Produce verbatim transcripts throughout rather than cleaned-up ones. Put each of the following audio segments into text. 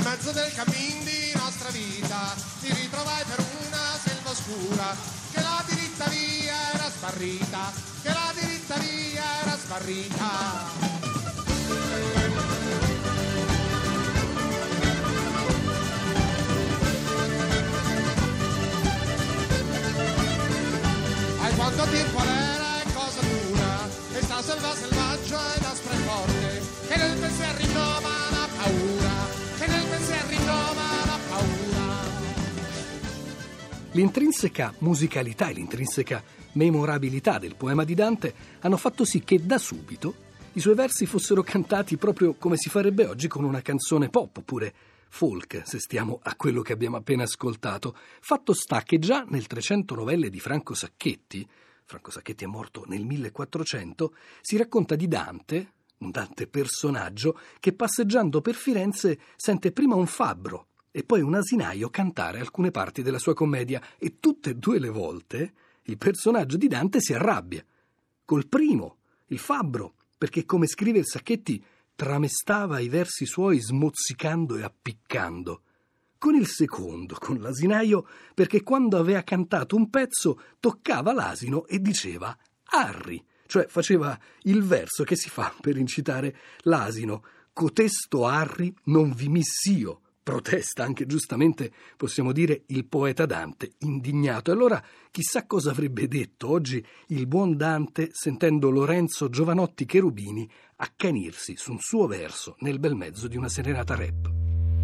nel mezzo del cammin di nostra vita mi ritrovai per una selva oscura, che la diritta via era sbarrita, che la diritta via era sbarrita. Quanto tempo era è cosa dura, e sta selva selvaggia ed aspra e forte, che nel pensiero rinnova la paura, che nel pensiero rinnova la paura. L'intrinseca musicalità e l'intrinseca memorabilità del poema di Dante hanno fatto sì che da subito i suoi versi fossero cantati proprio come si farebbe oggi con una canzone pop, oppure folk, se stiamo a quello che abbiamo appena ascoltato. Fatto sta che già nel trecento novelle di Franco Sacchetti, Franco Sacchetti è morto nel millequattrocento, si racconta di Dante, un Dante personaggio, che passeggiando per Firenze sente prima un fabbro e poi un asinaio cantare alcune parti della sua commedia, e tutte e due le volte il personaggio di Dante si arrabbia. Col primo, il fabbro, perché come scrive il Sacchetti tramestava i versi suoi smozzicando e appiccando. Con il secondo, con l'asinaio, perché quando aveva cantato un pezzo toccava l'asino e diceva «arri», cioè faceva il verso che si fa per incitare l'asino. «Cotesto arri non vi miss'io», protesta anche giustamente, possiamo dire, il poeta Dante, indignato. E allora chissà cosa avrebbe detto oggi il buon Dante sentendo Lorenzo Giovanotti Cherubini accanirsi su un suo verso nel bel mezzo di una serenata rap.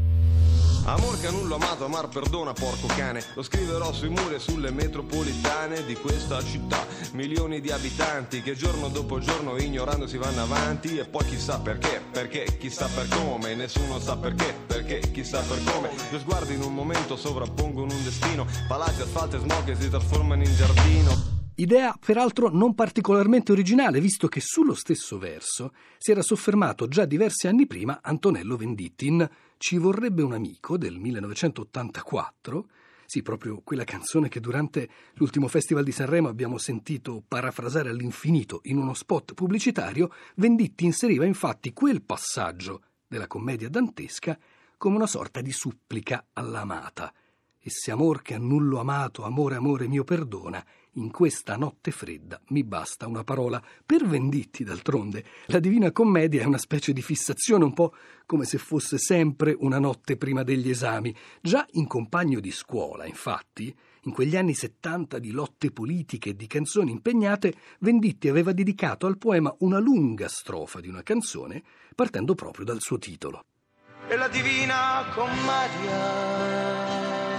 Amor che nullo amato, amar perdona, porco cane. Lo scriverò sui muri e sulle metropolitane di questa città. Milioni di abitanti che giorno dopo giorno ignorando si vanno avanti. E poi chissà perché, perché, chissà per come. Nessuno sa perché, perché, chissà per come. Due sguardi in un momento sovrappongono un destino. Palazzi, asfalto e smog che si trasformano in giardino. Idea peraltro non particolarmente originale, visto che sullo stesso verso si era soffermato già diversi anni prima Antonello Venditti in Ci vorrebbe un amico del millenovecentottantaquattro, sì, proprio quella canzone che durante l'ultimo Festival di Sanremo abbiamo sentito parafrasare all'infinito in uno spot pubblicitario. Venditti inseriva infatti quel passaggio della commedia dantesca come una sorta di supplica all'amata. E se amor che annullo amato, amore, amore mio perdona, in questa notte fredda mi basta una parola. Per Venditti, d'altronde, la Divina Commedia è una specie di fissazione, un po' come se fosse sempre una notte prima degli esami. Già in Compagno di scuola, infatti, in quegli anni settanta di lotte politiche e di canzoni impegnate, Venditti aveva dedicato al poema una lunga strofa di una canzone, partendo proprio dal suo titolo. E la Divina Commedia,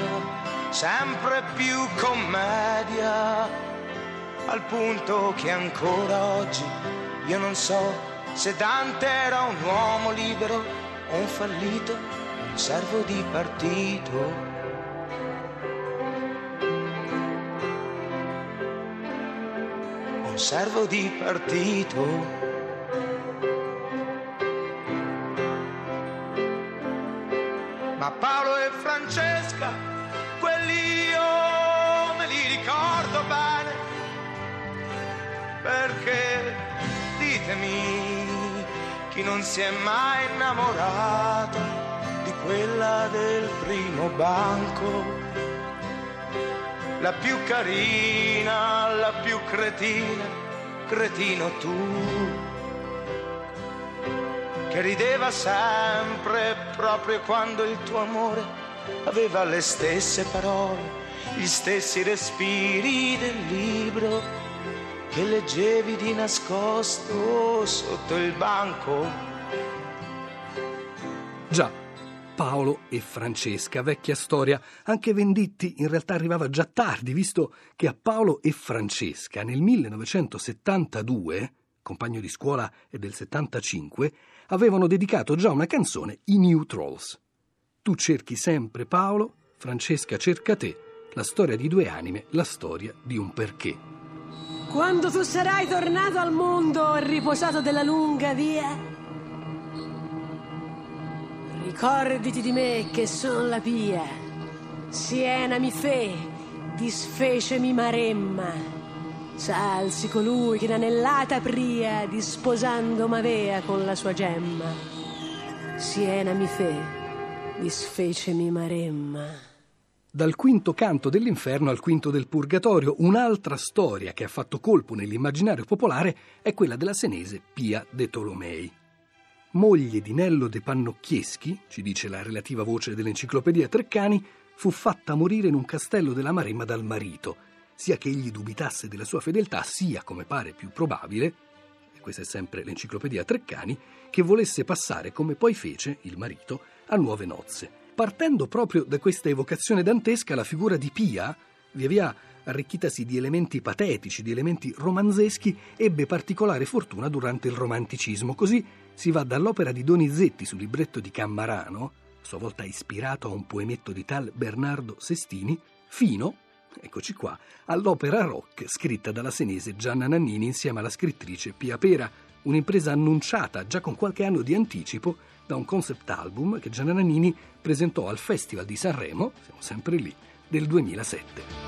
sempre più commedia, al punto che ancora oggi io non so se Dante era un uomo libero o un fallito, un servo di partito. Un servo di partito. Ma Paolo e Francesca, quelli io me li ricordo bene, perché ditemi chi non si è mai innamorato di quella del primo banco, la più carina, la più cretina, cretino tu, che rideva sempre proprio quando il tuo amore aveva le stesse parole, gli stessi respiri del libro che leggevi di nascosto sotto il banco. Già, Paolo e Francesca, vecchia storia. Anche Venditti in realtà arrivava già tardi, visto che a Paolo e Francesca nel millenovecentosettantadue, Compagno di scuola è del settantacinque, avevano dedicato già una canzone, i New Trolls. Tu cerchi sempre Paolo, Francesca cerca te, la storia di due anime, la storia di un perché. Quando tu sarai tornato al mondo e riposato della lunga via, ricordati di me che son la pia, Siena mi fe, disfecemi maremma, s'alzi colui che l'anellata pria, disposando m'avea con la sua gemma. Siena mi fe, disfecemi Maremma. Dal quinto canto dell'inferno al quinto del purgatorio, un'altra storia che ha fatto colpo nell'immaginario popolare è quella della senese Pia de Tolomei. Moglie di Nello de Pannocchieschi, ci dice la relativa voce dell'enciclopedia Treccani, fu fatta morire in un castello della Maremma dal marito, sia che egli dubitasse della sua fedeltà, sia, come pare più probabile, e questa è sempre l'enciclopedia Treccani, che volesse passare, come poi fece il marito, a nuove nozze. Partendo proprio da questa evocazione dantesca, la figura di Pia, via via arricchitasi di elementi patetici, di elementi romanzeschi, ebbe particolare fortuna durante il romanticismo. Così si va dall'opera di Donizetti sul libretto di Cammarano, a sua volta ispirato a un poemetto di tal Bernardo Sestini, fino, eccoci qua, all'opera rock scritta dalla senese Gianna Nannini insieme alla scrittrice Pia Pera, un'impresa annunciata già con qualche anno di anticipo da un concept album che Gianna Nannini presentò al Festival di Sanremo, siamo sempre lì, del duemilasette.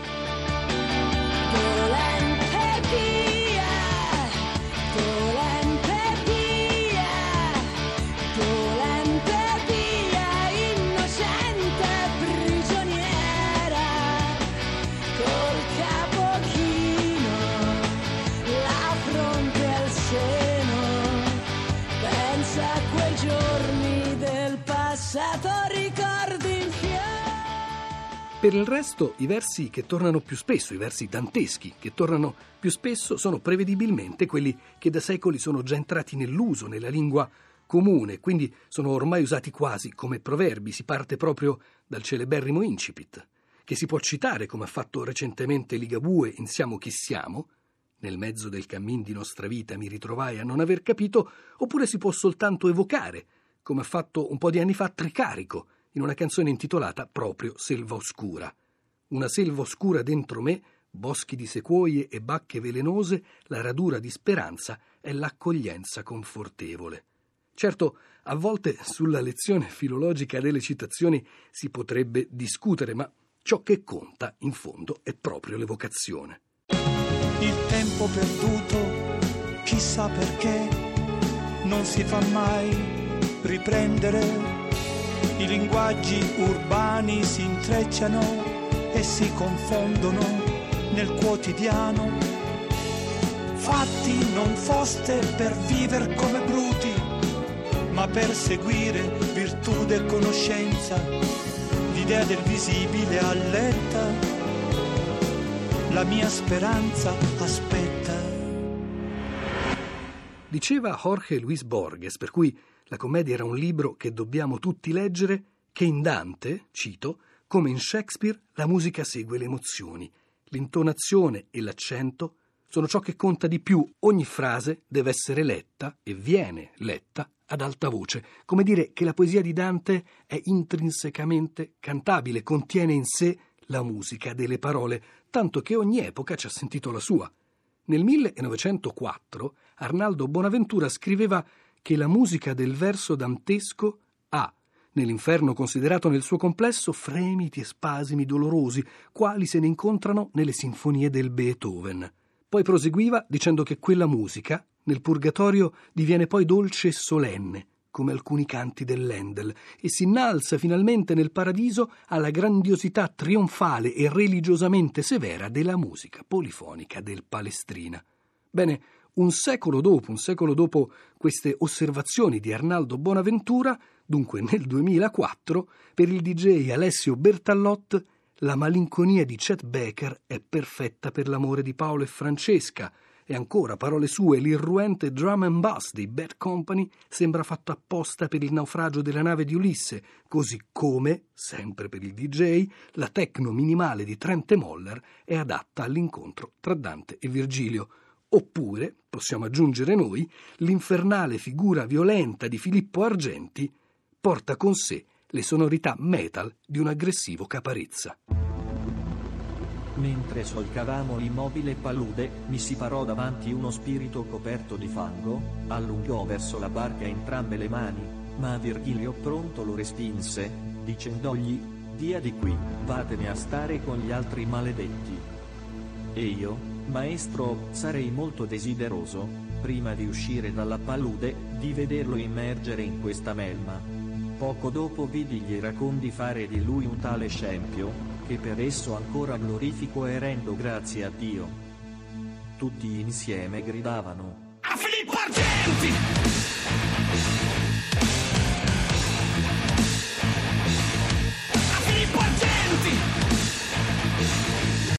Per il resto, i versi che tornano più spesso, i versi danteschi che tornano più spesso, sono prevedibilmente quelli che da secoli sono già entrati nell'uso, nella lingua comune, quindi sono ormai usati quasi come proverbi. Si parte proprio dal celeberrimo incipit, che si può citare come ha fatto recentemente Ligabue in Siamo chi siamo, nel mezzo del cammin di nostra vita mi ritrovai a non aver capito, oppure si può soltanto evocare, come ha fatto un po' di anni fa Tricarico, in una canzone intitolata proprio Selva Oscura. Una selva oscura dentro me, boschi di sequoie e bacche velenose, la radura di speranza è l'accoglienza confortevole. Certo, a volte sulla lezione filologica delle citazioni si potrebbe discutere, ma ciò che conta, in fondo, è proprio l'evocazione. Il tempo perduto, chissà perché, non si fa mai riprendere. I linguaggi urbani si intrecciano e si confondono nel quotidiano. Fatti non foste per viver come bruti, ma per seguire virtù e conoscenza. L'idea del visibile allenta, la mia speranza aspetta. Diceva Jorge Luis Borges, per cui la commedia era un libro che dobbiamo tutti leggere, che in Dante, cito, come in Shakespeare, la musica segue le emozioni. L'intonazione e l'accento sono ciò che conta di più. Ogni frase deve essere letta e viene letta ad alta voce. Come dire che la poesia di Dante è intrinsecamente cantabile, contiene in sé la musica delle parole, tanto che ogni epoca ci ha sentito la sua. Nel millenovecentoquattro Arnaldo Bonaventura scriveva che la musica del verso dantesco ha, nell'inferno considerato nel suo complesso, fremiti e spasimi dolorosi, quali se ne incontrano nelle sinfonie del Beethoven. Poi proseguiva dicendo che quella musica, nel purgatorio, diviene poi dolce e solenne, come alcuni canti dell'Handel, e si innalza finalmente nel paradiso alla grandiosità trionfale e religiosamente severa della musica polifonica del Palestrina. Bene, un secolo dopo, un secolo dopo queste osservazioni di Arnaldo Bonaventura, dunque nel duemilaquattro, per il D J Alessio Bertallot, la malinconia di Chet Baker è perfetta per l'amore di Paolo e Francesca. E ancora, parole sue, l'irruente drum and bass dei Bad Company sembra fatto apposta per il naufragio della nave di Ulisse, così come, sempre per il D J, la techno minimale di Trent Moller è adatta all'incontro tra Dante e Virgilio. Oppure, possiamo aggiungere noi, l'infernale figura violenta di Filippo Argenti porta con sé le sonorità metal di un aggressivo Caparezza. Mentre solcavamo l'immobile palude, mi si parò davanti uno spirito coperto di fango, allungò verso la barca entrambe le mani, ma Virgilio pronto lo respinse, dicendogli: «Via di qui, vatene a stare con gli altri maledetti». E io, maestro, sarei molto desideroso, prima di uscire dalla palude, di vederlo immergere in questa melma. Poco dopo vidi gli iracondi fare di lui un tale scempio, che per esso ancora glorifico e rendo grazie a Dio. Tutti insieme gridavano: A Filippo Argenti!